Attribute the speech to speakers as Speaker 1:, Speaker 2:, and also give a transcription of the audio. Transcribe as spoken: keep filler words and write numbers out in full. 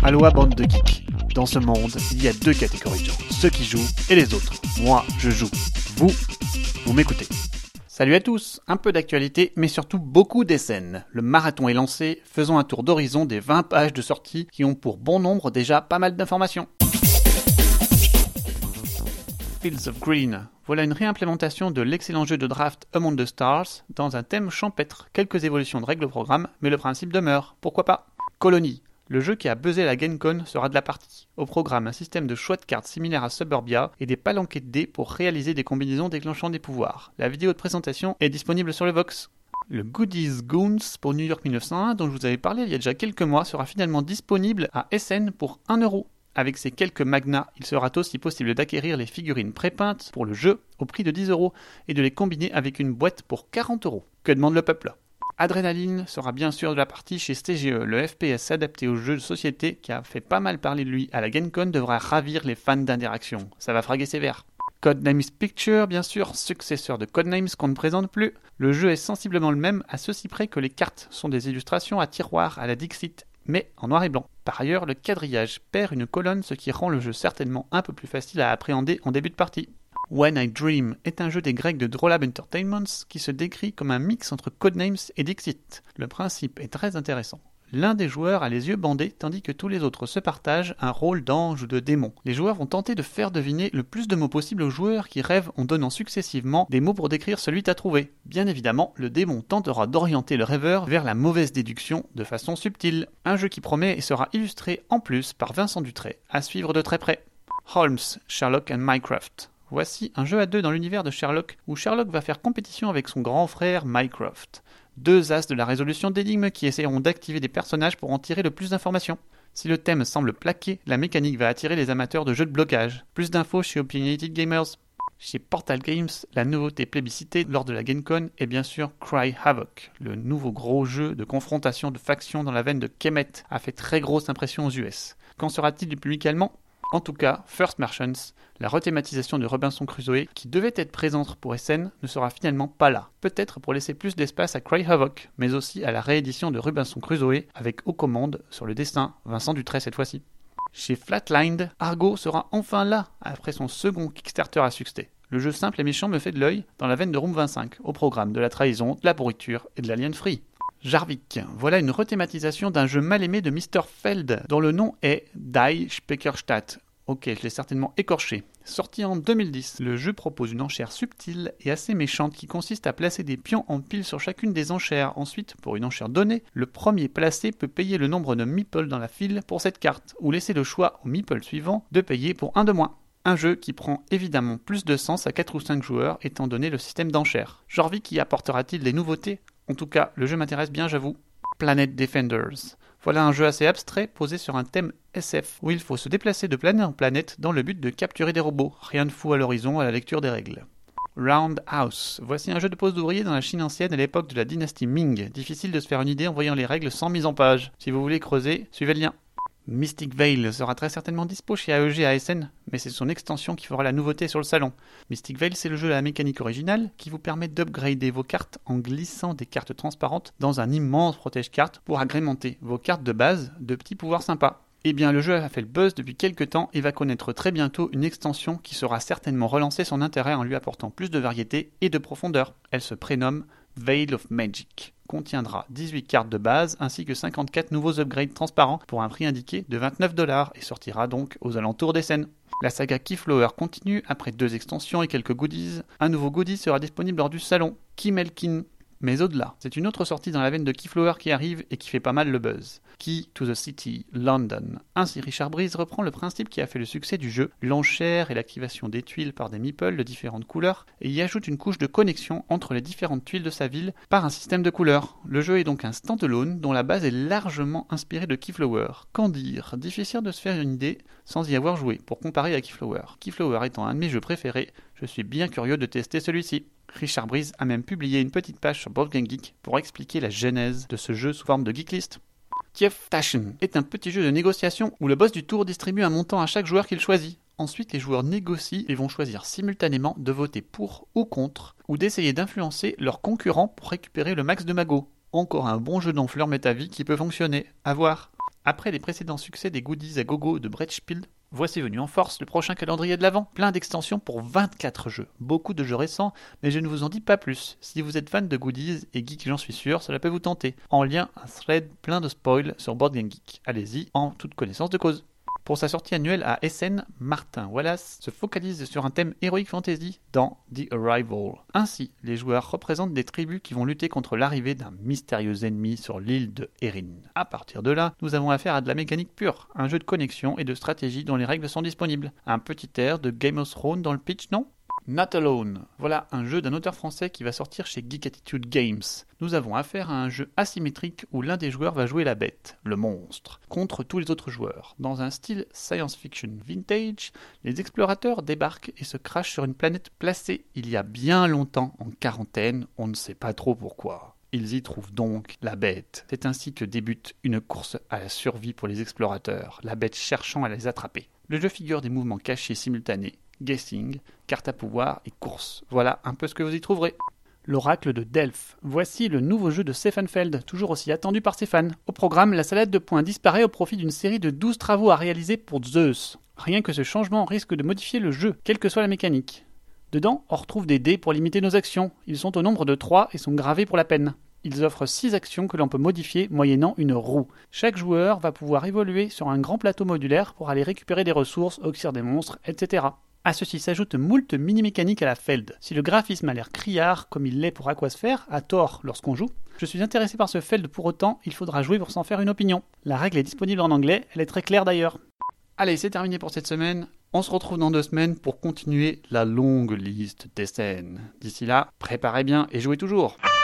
Speaker 1: Aloha bande de geeks. Dans ce monde, il y a deux catégories de gens, ceux qui jouent et les autres. Moi, je joue. Vous, vous m'écoutez. Salut à tous, un peu d'actualité, mais surtout beaucoup d'essais. Le marathon est lancé, faisons un tour d'horizon des vingt pages de sortie qui ont pour bon nombre déjà pas mal d'informations. Fields of Green. Voilà une réimplémentation de l'excellent jeu de draft Among the Stars dans un thème champêtre, quelques évolutions de règles au programme, mais le principe demeure, pourquoi pas. Colony. Le jeu qui a buzzé la GameCon sera de la partie. Au programme, un système de choix de cartes similaire à Suburbia et des palanquets de dés pour réaliser des combinaisons déclenchant des pouvoirs. La vidéo de présentation est disponible sur le Vox. Le Goodies Goons pour New York mille neuf cent un, dont je vous avais parlé il y a déjà quelques mois, sera finalement disponible à S N pour un euro. Avec ces quelques magnats, il sera aussi possible d'acquérir les figurines prépeintes pour le jeu au prix de dix euros et de les combiner avec une boîte pour quarante euros. Que demande le peuple ? Adrenaline sera bien sûr de la partie chez C G E. Le F P S adapté au jeu de société qui a fait pas mal parler de lui à la GameCon devra ravir les fans d'interaction. Ça va fraguer sévère. Codenames Picture, bien sûr, successeur de Codenames qu'on ne présente plus. Le jeu est sensiblement le même, à ceci près que les cartes sont des illustrations à tiroir à la Dixit, mais en noir et blanc. Par ailleurs, le quadrillage perd une colonne, ce qui rend le jeu certainement un peu plus facile à appréhender en début de partie. When I Dream est un jeu des Grecs de Drollab Entertainments qui se décrit comme un mix entre Codenames et Dixit. Le principe est très intéressant. L'un des joueurs a les yeux bandés tandis que tous les autres se partagent un rôle d'ange ou de démon. Les joueurs vont tenter de faire deviner le plus de mots possible aux joueurs qui rêvent en donnant successivement des mots pour décrire celui à trouver. Bien évidemment, le démon tentera d'orienter le rêveur vers la mauvaise déduction de façon subtile. Un jeu qui promet et sera illustré en plus par Vincent Dutray, à suivre de très près. Holmes, Sherlock and Mycroft. Voici un jeu à deux dans l'univers de Sherlock, où Sherlock va faire compétition avec son grand frère Mycroft. Deux as de la résolution d'énigmes qui essaieront d'activer des personnages pour en tirer le plus d'informations. Si le thème semble plaqué, la mécanique va attirer les amateurs de jeux de blocage. Plus d'infos chez Opinionated Gamers. Chez Portal Games, la nouveauté plébiscitée lors de la GameCon est bien sûr Cry Havoc. Le nouveau gros jeu de confrontation de factions dans la veine de Kemet a fait très grosse impression aux U S. Qu'en sera-t-il du public allemand ? En tout cas, First Merchants, la rethématisation de Robinson Crusoe, qui devait être présente pour S N, ne sera finalement pas là. Peut-être pour laisser plus d'espace à Cry Havoc, mais aussi à la réédition de Robinson Crusoe, avec aux commandes, sur le dessin, Vincent Dutray cette fois-ci. Chez Flatlined, Argo sera enfin là, après son second Kickstarter à succès. Le jeu simple et méchant me fait de l'œil, dans la veine de Room vingt-cinq, au programme de la trahison, de la pourriture et de l'alien free. Jarvik, voilà une rethématisation d'un jeu mal aimé de mister Feld, dont le nom est Die Speicherstadt. Ok, je l'ai certainement écorché. Sorti en deux mille dix, le jeu propose une enchère subtile et assez méchante qui consiste à placer des pions en pile sur chacune des enchères. Ensuite, pour une enchère donnée, le premier placé peut payer le nombre de meeples dans la file pour cette carte, ou laisser le choix au meeple suivant de payer pour un de moins. Un jeu qui prend évidemment plus de sens à quatre ou cinq joueurs étant donné le système d'enchères. Jarvik y apportera-t-il des nouveautés ? En tout cas, le jeu m'intéresse bien, j'avoue. Planet Defenders. Voilà un jeu assez abstrait posé sur un thème S F où il faut se déplacer de planète en planète dans le but de capturer des robots. Rien de fou à l'horizon à la lecture des règles. Roundhouse. Voici un jeu de pose d'ouvrier dans la Chine ancienne à l'époque de la dynastie Ming. Difficile de se faire une idée en voyant les règles sans mise en page. Si vous voulez creuser, suivez le lien. Mystic Vale sera très certainement dispo chez A E G à S N, mais c'est son extension qui fera la nouveauté sur le salon. Mystic Vale, c'est le jeu à la mécanique originale qui vous permet d'upgrader vos cartes en glissant des cartes transparentes dans un immense protège-cartes pour agrémenter vos cartes de base de petits pouvoirs sympas. Eh bien, le jeu a fait le buzz depuis quelques temps et va connaître très bientôt une extension qui saura certainement relancer son intérêt en lui apportant plus de variété et de profondeur. Elle se prénomme Veil of Magic. Contiendra dix-huit cartes de base ainsi que cinquante-quatre nouveaux upgrades transparents pour un prix indiqué de vingt-neuf dollars et sortira donc aux alentours des scènes. La saga Keyflower continue après deux extensions et quelques goodies. Un nouveau goodie sera disponible lors du salon, Keymelkin. Mais au-delà, c'est une autre sortie dans la veine de Keyflower qui arrive et qui fait pas mal le buzz. Key to the City, London. Ainsi, Richard Breeze reprend le principe qui a fait le succès du jeu, l'enchère et l'activation des tuiles par des meeples de différentes couleurs, et y ajoute une couche de connexion entre les différentes tuiles de sa ville par un système de couleurs. Le jeu est donc un stand-alone dont la base est largement inspirée de Keyflower. Qu'en dire ? Difficile de se faire une idée sans y avoir joué, pour comparer à Keyflower. Keyflower étant un de mes jeux préférés, je suis bien curieux de tester celui-ci. Richard Breeze a même publié une petite page sur Board Game Geek pour expliquer la genèse de ce jeu sous forme de geeklist. Tieftaschen est un petit jeu de négociation où le boss du tour distribue un montant à chaque joueur qu'il choisit. Ensuite, les joueurs négocient et vont choisir simultanément de voter pour ou contre, ou d'essayer d'influencer leurs concurrents pour récupérer le max de magots. Encore un bon jeu d'enflure métavie qui peut fonctionner. À voir. Après les précédents succès des goodies à gogo de Brettspiel, voici venu en force le prochain calendrier de l'Avent, plein d'extensions pour vingt-quatre jeux. Beaucoup de jeux récents, mais je ne vous en dis pas plus. Si vous êtes fan de goodies et geek, j'en suis sûr, cela peut vous tenter. En lien, un thread plein de spoils sur Board Game Geek. Allez-y, en toute connaissance de cause. Pour sa sortie annuelle à Essen, Martin Wallace se focalise sur un thème Heroic Fantasy dans The Arrival. Ainsi, les joueurs représentent des tribus qui vont lutter contre l'arrivée d'un mystérieux ennemi sur l'île de Erin. À partir de là, nous avons affaire à de la mécanique pure, un jeu de connexion et de stratégie dont les règles sont disponibles. Un petit air de Game of Thrones dans le pitch, non ? Not Alone, voilà un jeu d'un auteur français qui va sortir chez Geek Attitude Games. Nous avons affaire à un jeu asymétrique où l'un des joueurs va jouer la bête, le monstre, contre tous les autres joueurs. Dans un style science-fiction vintage, les explorateurs débarquent et se crachent sur une planète placée il y a bien longtemps en quarantaine, on ne sait pas trop pourquoi. Ils y trouvent donc la bête. C'est ainsi que débute une course à la survie pour les explorateurs, la bête cherchant à les attraper. Le jeu figure des mouvements cachés simultanés, guessing, carte à pouvoir et course. Voilà un peu ce que vous y trouverez. L'Oracle de Delphes. Voici le nouveau jeu de Stefan toujours aussi attendu par ses fans. Au programme, la salade de points disparaît au profit d'une série de douze travaux à réaliser pour Zeus. Rien que ce changement risque de modifier le jeu, quelle que soit la mécanique. Dedans, on retrouve des dés pour limiter nos actions. Ils sont au nombre de trois et sont gravés pour la peine. Ils offrent six actions que l'on peut modifier moyennant une roue. Chaque joueur va pouvoir évoluer sur un grand plateau modulaire pour aller récupérer des ressources, oxyre des monstres, et cetera. À ceci s'ajoute moult mini-mécaniques à la Feld. Si le graphisme a l'air criard, comme il l'est pour Aquasphere, à tort lorsqu'on joue, je suis intéressé par ce Feld pour autant, il faudra jouer pour s'en faire une opinion. La règle est disponible en anglais, elle est très claire d'ailleurs. Allez, c'est terminé pour cette semaine. On se retrouve dans deux semaines pour continuer la longue liste des scènes. D'ici là, préparez bien et jouez toujours.